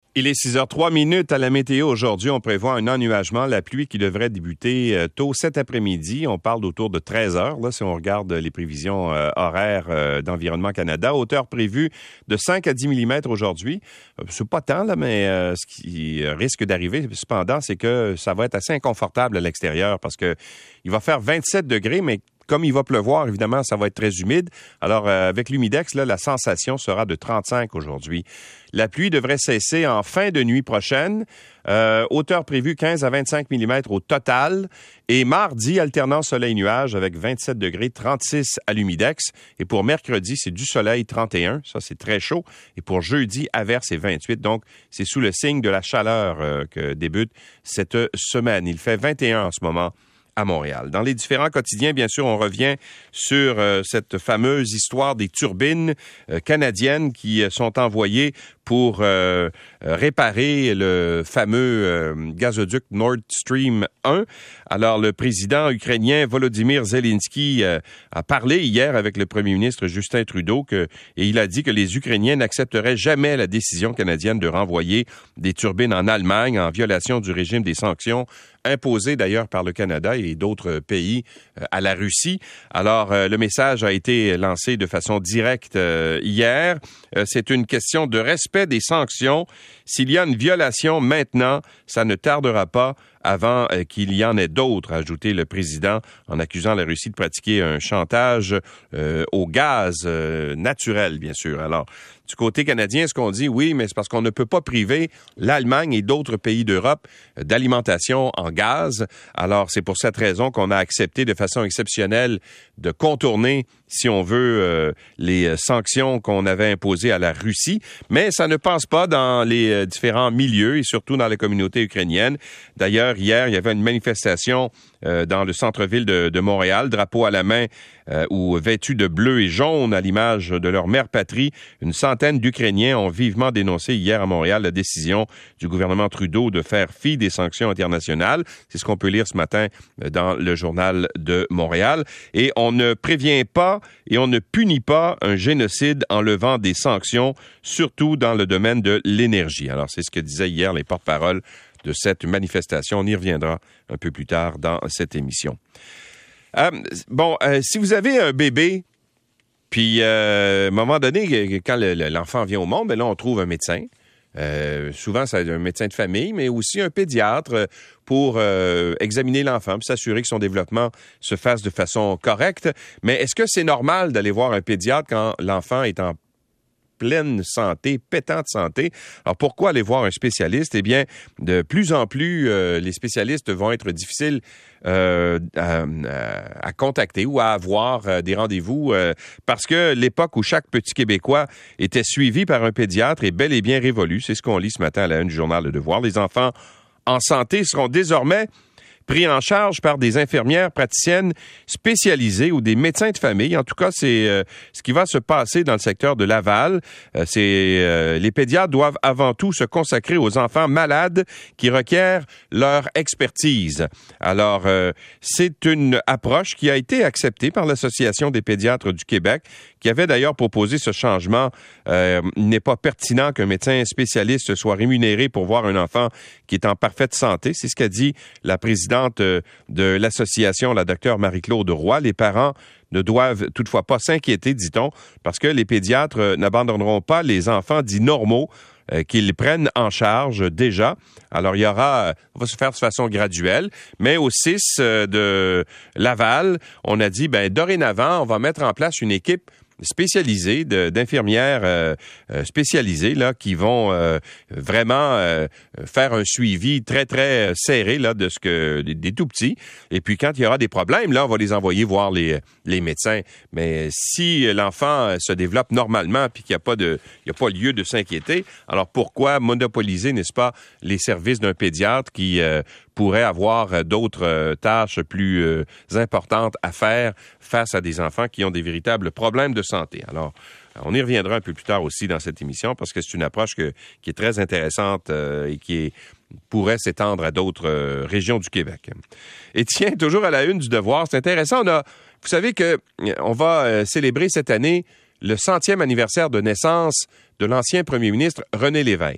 Il est 6h03 à la météo. Aujourd'hui, on prévoit un ennuagement, la pluie qui devrait débuter tôt cet après-midi. On parle d'autour de 13 heures, là, si on regarde les prévisions horaires d'Environnement Canada. Hauteur prévue de 5 à 10 mm aujourd'hui. C'est pas tant, là, mais ce qui risque d'arriver, cependant, c'est que ça va être assez inconfortable à l'extérieur parce que il va faire 27 degrés, mais comme il va pleuvoir, évidemment, ça va être très humide. Alors, avec l'humidex, là, la sensation sera de 35 aujourd'hui. La pluie devrait cesser en fin de nuit prochaine. Hauteur prévue 15 à 25 mm au total. Et mardi, alternant soleil-nuage avec 27 degrés, 36 à l'humidex. Et pour mercredi, c'est du soleil, 31. Ça, c'est très chaud. Et pour jeudi, averse et 28. Donc, c'est sous le signe de la chaleur que débute cette semaine. Il fait 21 en ce moment à Montréal. Dans les différents quotidiens, bien sûr, on revient sur cette fameuse histoire des turbines canadiennes qui sont envoyées pour réparer le fameux gazoduc Nord Stream 1. Alors, le président ukrainien Volodymyr Zelensky a parlé hier avec le premier ministre Justin Trudeau et il a dit que les Ukrainiens n'accepteraient jamais la décision canadienne de renvoyer des turbines en Allemagne en violation du régime des sanctions imposées d'ailleurs par le Canada et d'autres pays à la Russie. Alors, le message a été lancé de façon directe hier. C'est une question de respect des sanctions. S'il y a une violation maintenant, ça ne tardera pas avant qu'il y en ait d'autres, a ajouté le président en accusant la Russie de pratiquer un chantage au gaz naturel, bien sûr. Alors, du côté canadien, ce qu'on dit, oui, mais c'est parce qu'on ne peut pas priver l'Allemagne et d'autres pays d'Europe d'alimentation en gaz. Alors, c'est pour cette raison qu'on a accepté de façon exceptionnelle de contourner, si on veut, les sanctions qu'on avait imposées à la Russie. Mais ça ne passe pas dans les différents milieux et surtout dans les communautés ukrainiennes. D'ailleurs, hier, il y avait une manifestation dans le centre-ville de Montréal, drapeau à la main ou vêtus de bleu et jaune à l'image de leur mère patrie. Une centaine d'Ukrainiens ont vivement dénoncé hier à Montréal la décision du gouvernement Trudeau de faire fi des sanctions internationales. C'est ce qu'on peut lire ce matin dans le journal de Montréal. Et on ne prévient pas et on ne punit pas un génocide en levant des sanctions, surtout dans le domaine de l'énergie. Alors, c'est ce que disaient hier les porte-paroles de cette manifestation. On y reviendra un peu plus tard dans cette émission. Si vous avez un bébé, puis à un moment donné, quand l'enfant vient au monde, ben là, on trouve un médecin. Souvent, c'est un médecin de famille, mais aussi un pédiatre pour examiner l'enfant, puis s'assurer que son développement se fasse de façon correcte. Mais est-ce que c'est normal d'aller voir un pédiatre quand l'enfant est en pleine santé, pétante santé? Alors, pourquoi aller voir un spécialiste? Eh bien, de plus en plus, les spécialistes vont être difficiles à contacter ou à avoir des rendez-vous parce que l'époque où chaque petit Québécois était suivi par un pédiatre est bel et bien révolue. C'est ce qu'on lit ce matin à la une du journal Le Devoir. Les enfants en santé seront désormais pris en charge par des infirmières praticiennes spécialisées ou des médecins de famille. En tout cas, c'est ce qui va se passer dans le secteur de Laval. Les pédiatres doivent avant tout se consacrer aux enfants malades qui requièrent leur expertise. Alors, c'est une approche qui a été acceptée par l'Association des pédiatres du Québec, qui avait d'ailleurs proposé ce changement. Il n'est pas pertinent qu'un médecin spécialiste soit rémunéré pour voir un enfant qui est en parfaite santé. C'est ce qu'a dit la présidente de l'association, la docteure Marie-Claude Roy. Les parents ne doivent toutefois pas s'inquiéter, dit-on, parce que les pédiatres n'abandonneront pas les enfants dits normaux qu'ils prennent en charge déjà. Alors, on va se faire de façon graduelle, mais au 6 de Laval, on a dit, dorénavant, on va mettre en place une équipe spécialisées, d'infirmières spécialisées là qui vont vraiment faire un suivi très très serré là de des tout petits. Et puis quand il y aura des problèmes, là on va les envoyer voir les médecins. Mais si l'enfant se développe normalement puis qu'il il y a pas lieu de s'inquiéter, alors pourquoi monopoliser, n'est-ce pas, les services d'un pédiatre qui pourrait avoir d'autres tâches plus importantes à faire face à des enfants qui ont des véritables problèmes de santé. Alors, on y reviendra un peu plus tard aussi dans cette émission parce que c'est une approche qui est très intéressante et qui pourrait s'étendre à d'autres régions du Québec. Et tiens, toujours à la une du Devoir, c'est intéressant, vous savez qu'on va célébrer cette année le 100e anniversaire de naissance de l'ancien premier ministre René Lévesque,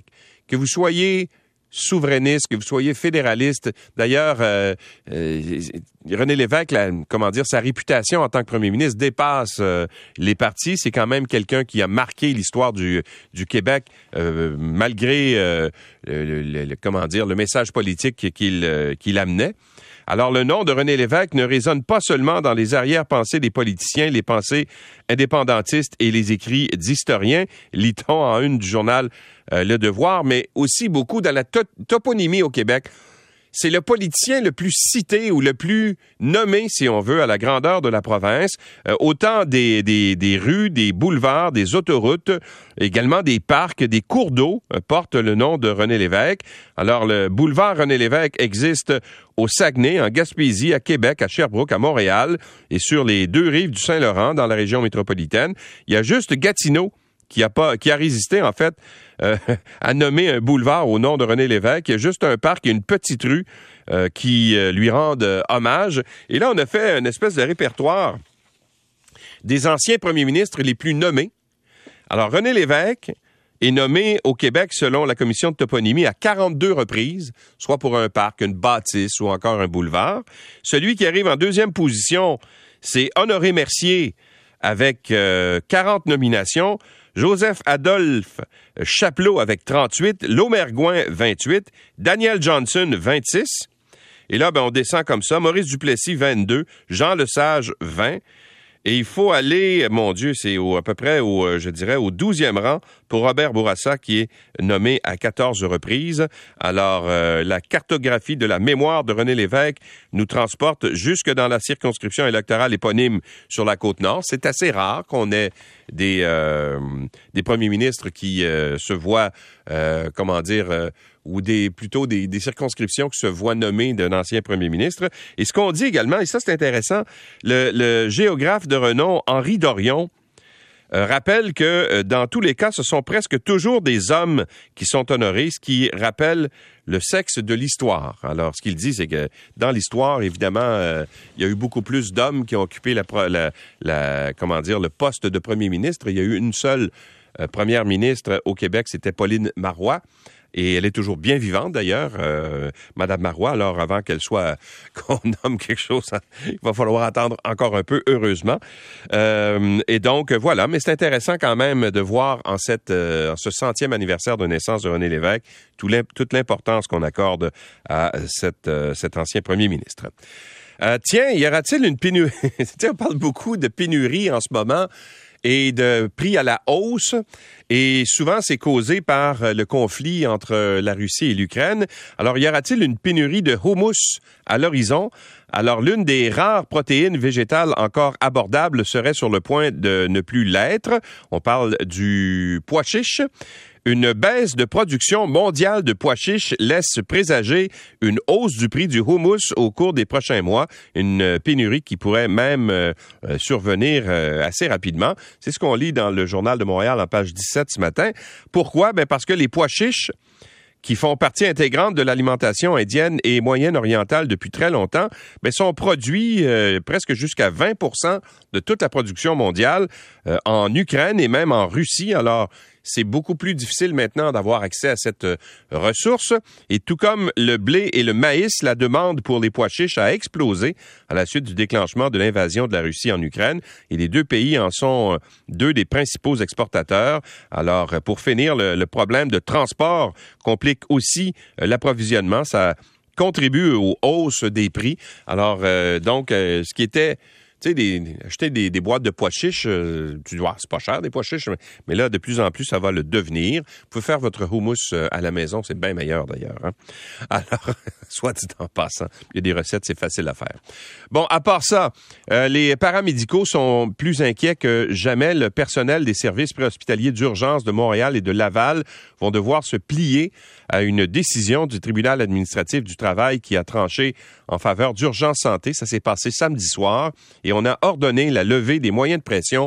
que vous soyez souverainiste, que vous soyez fédéraliste. D'ailleurs, René Lévesque, sa réputation en tant que premier ministre dépasse les partis. C'est quand même quelqu'un qui a marqué l'histoire du Québec, malgré le message politique qu'il amenait. Alors, le nom de René Lévesque ne résonne pas seulement dans les arrière-pensées des politiciens, les pensées indépendantistes et les écrits d'historiens, lit-on en une du journal Le Devoir, mais aussi beaucoup dans la toponymie au Québec. C'est le politicien le plus cité ou le plus nommé, si on veut, à la grandeur de la province. Autant des rues, des boulevards, des autoroutes, également des parcs, des cours d'eau portent le nom de René Lévesque. Alors, le boulevard René Lévesque existe au Saguenay, en Gaspésie, à Québec, à Sherbrooke, à Montréal et sur les deux rives du Saint-Laurent, dans la région métropolitaine. Il y a juste Gatineau qui a résisté, en fait, à nommer un boulevard au nom de René Lévesque. Il y a juste un parc et une petite rue qui lui rendent hommage. Et là, on a fait une espèce de répertoire des anciens premiers ministres les plus nommés. Alors, René Lévesque est nommé au Québec, selon la commission de toponymie, à 42 reprises, soit pour un parc, une bâtisse ou encore un boulevard. Celui qui arrive en deuxième position, c'est Honoré Mercier, avec 40 nominations. Joseph-Adolphe Chapelot avec 38, Laumergouin 28, Daniel Johnson 26. Et là, on descend comme ça. Maurice Duplessis 22, Jean Lesage 20. Et il faut aller, mon Dieu, c'est à peu près au 12e rang pour Robert Bourassa, qui est nommé à 14 reprises. Alors, la cartographie de la mémoire de René Lévesque nous transporte jusque dans la circonscription électorale éponyme sur la Côte-Nord. C'est assez rare qu'on ait des premiers ministres qui se voient, ou plutôt des circonscriptions qui se voient nommer d'un ancien premier ministre. Et ce qu'on dit également, et ça c'est intéressant, le géographe de renom Henri Dorion rappelle que dans tous les cas, ce sont presque toujours des hommes qui sont honorés, ce qui rappelle le sexe de l'histoire. Alors, ce qu'il dit, c'est que dans l'histoire, évidemment, il y a eu beaucoup plus d'hommes qui ont occupé le poste de premier ministre. Il y a eu une seule première ministre au Québec, c'était Pauline Marois. Et elle est toujours bien vivante, d'ailleurs, Madame Marois. Alors, avant qu'on nomme quelque chose, il va falloir attendre encore un peu, heureusement. Et donc, voilà. Mais c'est intéressant quand même de voir en ce 100e anniversaire de naissance de René Lévesque toute l'importance qu'on accorde à cet ancien premier ministre. Tiens, y aura-t-il une pénurie? On parle beaucoup de pénurie en ce moment et de prix à la hausse. Et souvent, c'est causé par le conflit entre la Russie et l'Ukraine. Alors, y aura-t-il une pénurie de houmous à l'horizon? Alors, l'une des rares protéines végétales encore abordables serait sur le point de ne plus l'être. On parle du pois chiche. Une baisse de production mondiale de pois chiches laisse présager une hausse du prix du houmous au cours des prochains mois, une pénurie qui pourrait même survenir assez rapidement. C'est ce qu'on lit dans le Journal de Montréal en page 17 ce matin. Pourquoi? Parce que les pois chiches, qui font partie intégrante de l'alimentation indienne et moyenne-orientale depuis très longtemps, sont produits presque jusqu'à 20% de toute la production mondiale en Ukraine et même en Russie. Alors, c'est beaucoup plus difficile maintenant d'avoir accès à cette ressource. Et tout comme le blé et le maïs, la demande pour les pois chiches a explosé à la suite du déclenchement de l'invasion de la Russie en Ukraine. Et les deux pays en sont deux des principaux exportateurs. Alors, pour finir, le problème de transport complique aussi l'approvisionnement. Ça contribue aux hausses des prix. Alors, ce qui était... Tu sais, acheter des boîtes de pois chiches, tu dois, c'est pas cher des pois chiches, mais là, de plus en plus, ça va le devenir. Vous pouvez faire votre houmous à la maison, c'est bien meilleur d'ailleurs. Hein? Alors, soit dit en passant, il y a des recettes, c'est facile à faire. Bon, à part ça, les paramédicaux sont plus inquiets que jamais. Le personnel des services préhospitaliers d'urgence de Montréal et de Laval vont devoir se plier à une décision du tribunal administratif du travail qui a tranché en faveur d'Urgence Santé. Ça s'est passé samedi soir et on a ordonné la levée des moyens de pression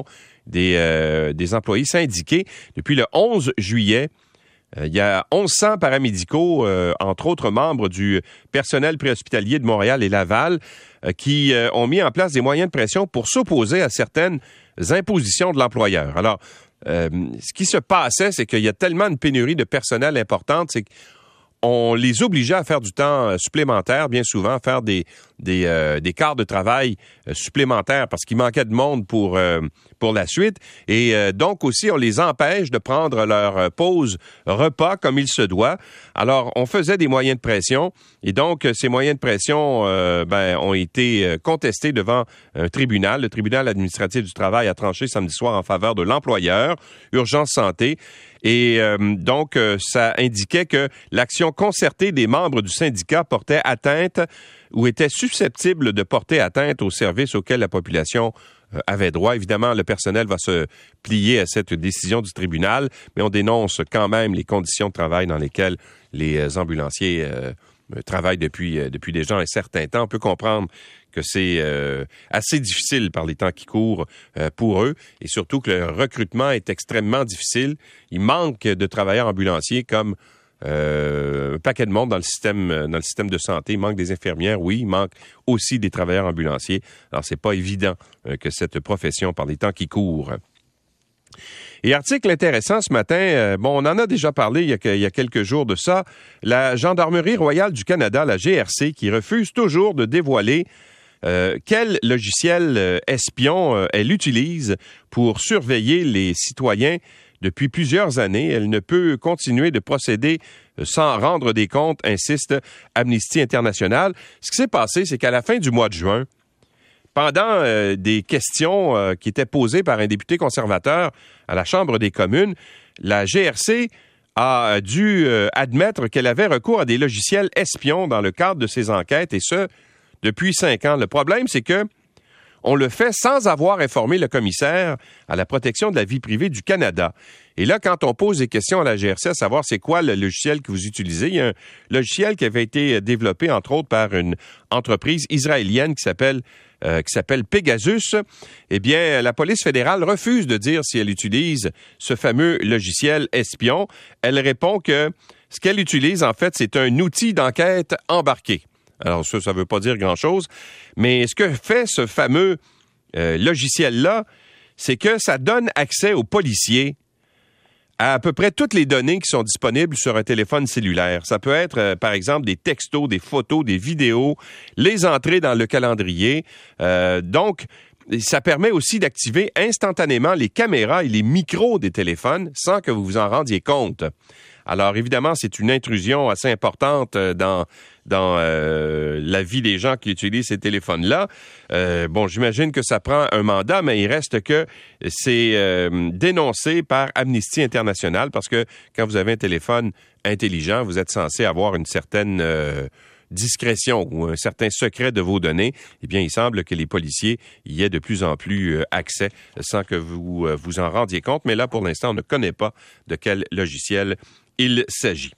des employés syndiqués. Depuis le 11 juillet, il y a 1100 paramédicaux, entre autres membres du personnel préhospitalier de Montréal et Laval, qui ont mis en place des moyens de pression pour s'opposer à certaines impositions de l'employeur. Alors, ce qui se passait, c'est qu'il y a tellement une pénurie de personnel importante, c'est qu'on les obligeait à faire du temps supplémentaire, bien souvent, à faire des quarts de travail supplémentaires parce qu'il manquait de monde pour la suite. Et donc aussi, on les empêche de prendre leur pause repas comme il se doit. Alors, on faisait des moyens de pression et donc ces moyens de pression ont été contestés devant un tribunal. Le tribunal administratif du travail a tranché samedi soir en faveur de l'employeur, Urgence Santé. Et donc, ça indiquait que l'action concertée des membres du syndicat portait atteinte ou était susceptible de porter atteinte aux services auxquels la population avait droit. Évidemment, le personnel va se plier à cette décision du tribunal, mais on dénonce quand même les conditions de travail dans lesquelles les ambulanciers travaillent depuis déjà un certain temps. On peut comprendre que c'est assez difficile par les temps qui courent pour eux et surtout que le recrutement est extrêmement difficile. Il manque de travailleurs ambulanciers comme un paquet de monde dans le système de santé. Il manque des infirmières, oui, il manque aussi des travailleurs ambulanciers. Alors, c'est pas évident que cette profession, par les temps qui courent. Et article intéressant ce matin, on en a déjà parlé il y a quelques jours de ça, la Gendarmerie royale du Canada, la GRC, qui refuse toujours de dévoiler quel logiciel espion elle utilise pour surveiller les citoyens depuis plusieurs années. Elle ne peut continuer de procéder sans rendre des comptes, insiste Amnesty International. Ce qui s'est passé, c'est qu'à la fin du mois de juin, pendant des questions qui étaient posées par un député conservateur à la Chambre des communes, la GRC a dû admettre qu'elle avait recours à des logiciels espions dans le cadre de ses enquêtes, et ce, depuis 5 ans. Le problème, c'est que on le fait sans avoir informé le commissaire à la protection de la vie privée du Canada. Et là, quand on pose des questions à la GRC à savoir c'est quoi le logiciel que vous utilisez, il y a un logiciel qui avait été développé, entre autres, par une entreprise israélienne qui s'appelle Pegasus. Eh bien, la police fédérale refuse de dire si elle utilise ce fameux logiciel espion. Elle répond que ce qu'elle utilise, en fait, c'est un outil d'enquête embarqué. Alors ça ne veut pas dire grand-chose, mais ce que fait ce fameux logiciel-là, c'est que ça donne accès aux policiers à peu près toutes les données qui sont disponibles sur un téléphone cellulaire. Ça peut être, par exemple, des textos, des photos, des vidéos, les entrées dans le calendrier. Donc, ça permet aussi d'activer instantanément les caméras et les micros des téléphones sans que vous vous en rendiez compte. Alors, évidemment, c'est une intrusion assez importante dans la vie des gens qui utilisent ces téléphones-là. J'imagine que ça prend un mandat, mais il reste que c'est dénoncé par Amnesty International parce que quand vous avez un téléphone intelligent, vous êtes censé avoir une certaine discrétion ou un certain secret de vos données. Eh bien, il semble que les policiers y aient de plus en plus accès sans que vous vous en rendiez compte. Mais là, pour l'instant, on ne connaît pas de quel logiciel il s'agit.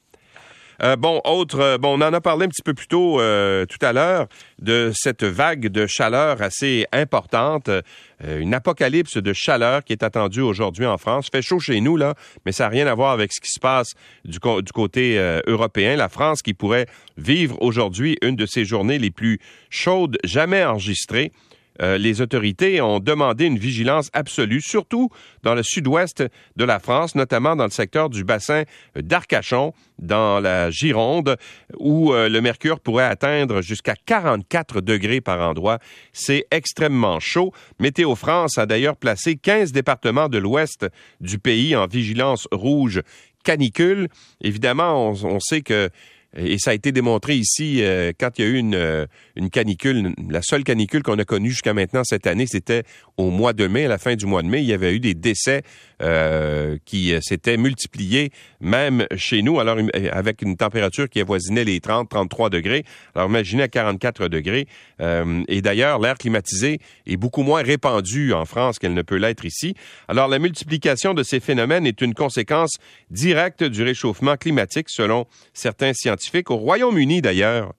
On en a parlé un petit peu plus tôt tout à l'heure de cette vague de chaleur assez importante, une apocalypse de chaleur qui est attendue aujourd'hui en France. Il fait chaud chez nous, là, mais ça n'a rien à voir avec ce qui se passe du côté européen. La France qui pourrait vivre aujourd'hui une de ses journées les plus chaudes jamais enregistrées. Les autorités ont demandé une vigilance absolue, surtout dans le sud-ouest de la France, notamment dans le secteur du bassin d'Arcachon, dans la Gironde, où le mercure pourrait atteindre jusqu'à 44 degrés par endroit. C'est extrêmement chaud. Météo France a d'ailleurs placé 15 départements de l'ouest du pays en vigilance rouge canicule. Évidemment, on sait que et ça a été démontré ici quand il y a eu une canicule. La seule canicule qu'on a connue jusqu'à maintenant cette année, c'était au mois de mai, à la fin du mois de mai. Il y avait eu des décès qui s'étaient multipliés, même chez nous, alors avec une température qui avoisinait les 30-33 degrés. Alors imaginez à 44 degrés. Et d'ailleurs, l'air climatisé est beaucoup moins répandu en France qu'elle ne peut l'être ici. Alors la multiplication de ces phénomènes est une conséquence directe du réchauffement climatique, selon certains scientifiques. Au Royaume-Uni, d'ailleurs,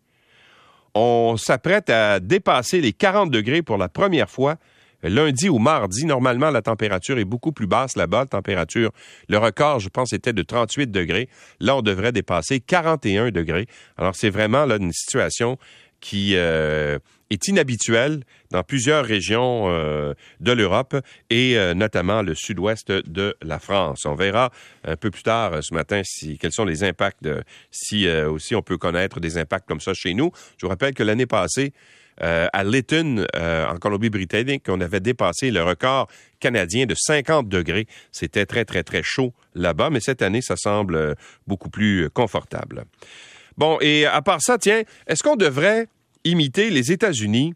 on s'apprête à dépasser les 40 degrés pour la première fois lundi ou mardi. Normalement, la température est beaucoup plus basse là-bas. Le record, je pense, était de 38 degrés. Là, on devrait dépasser 41 degrés. Alors, c'est vraiment là une situation qui est inhabituel dans plusieurs régions de l'Europe et notamment le sud-ouest de la France. On verra un peu plus tard ce matin quels sont les impacts, si aussi on peut connaître des impacts comme ça chez nous. Je vous rappelle que l'année passée, à Lytton, en Colombie-Britannique, on avait dépassé le record canadien de 50 degrés. C'était très, très, très chaud là-bas, mais cette année, ça semble beaucoup plus confortable. Bon, et à part ça, tiens, est-ce qu'on devrait imiter les États-Unis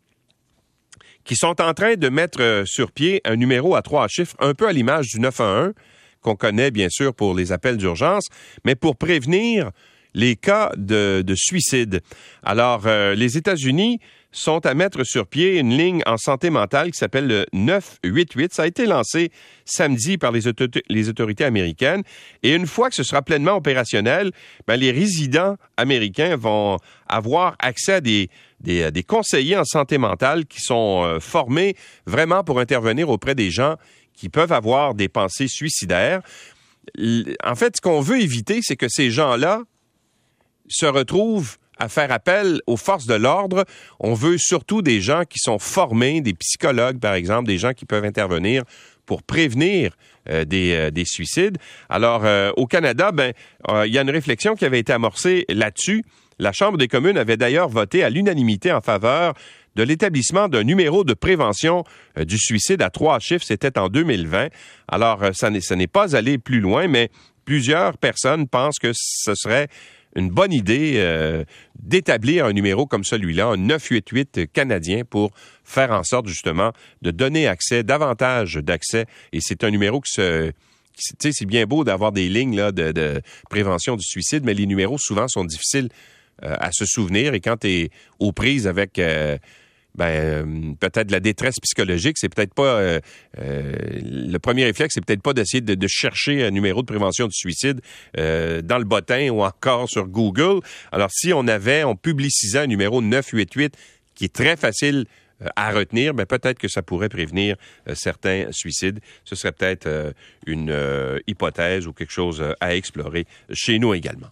qui sont en train de mettre sur pied un numéro à 3 chiffres, un peu à l'image du 911, qu'on connaît bien sûr pour les appels d'urgence, mais pour prévenir les cas de suicide. Alors, les États-Unis sont à mettre sur pied une ligne en santé mentale qui s'appelle le 988. Ça a été lancé samedi par les autorités américaines. Et une fois que ce sera pleinement opérationnel, les résidents américains vont avoir accès à des conseillers en santé mentale qui sont formés vraiment pour intervenir auprès des gens qui peuvent avoir des pensées suicidaires. En fait, ce qu'on veut éviter, c'est que ces gens-là se retrouvent à faire appel aux forces de l'ordre. On veut surtout des gens qui sont formés, des psychologues, par exemple, des gens qui peuvent intervenir pour prévenir des suicides. Alors, au Canada, il y a une réflexion qui avait été amorcée là-dessus. La Chambre des communes avait d'ailleurs voté à l'unanimité en faveur de l'établissement d'un numéro de prévention du suicide à 3 chiffres. C'était en 2020. Alors, ça n'est pas allé plus loin, mais plusieurs personnes pensent que ce serait une bonne idée d'établir un numéro comme celui-là, un 988 canadien, pour faire en sorte justement de donner davantage d'accès. Et c'est un numéro c'est bien beau d'avoir des lignes là, de prévention du suicide, mais les numéros souvent sont difficiles à se souvenir. Et quand tu es aux prises avec peut-être de la détresse psychologique, c'est peut-être pas le premier réflexe, c'est peut-être pas d'essayer de chercher un numéro de prévention du suicide dans le bottin ou encore sur Google. Alors si on publicisait un numéro 988 qui est très facile à retenir, peut-être que ça pourrait prévenir certains suicides. Ce serait peut-être une hypothèse ou quelque chose à explorer chez nous également.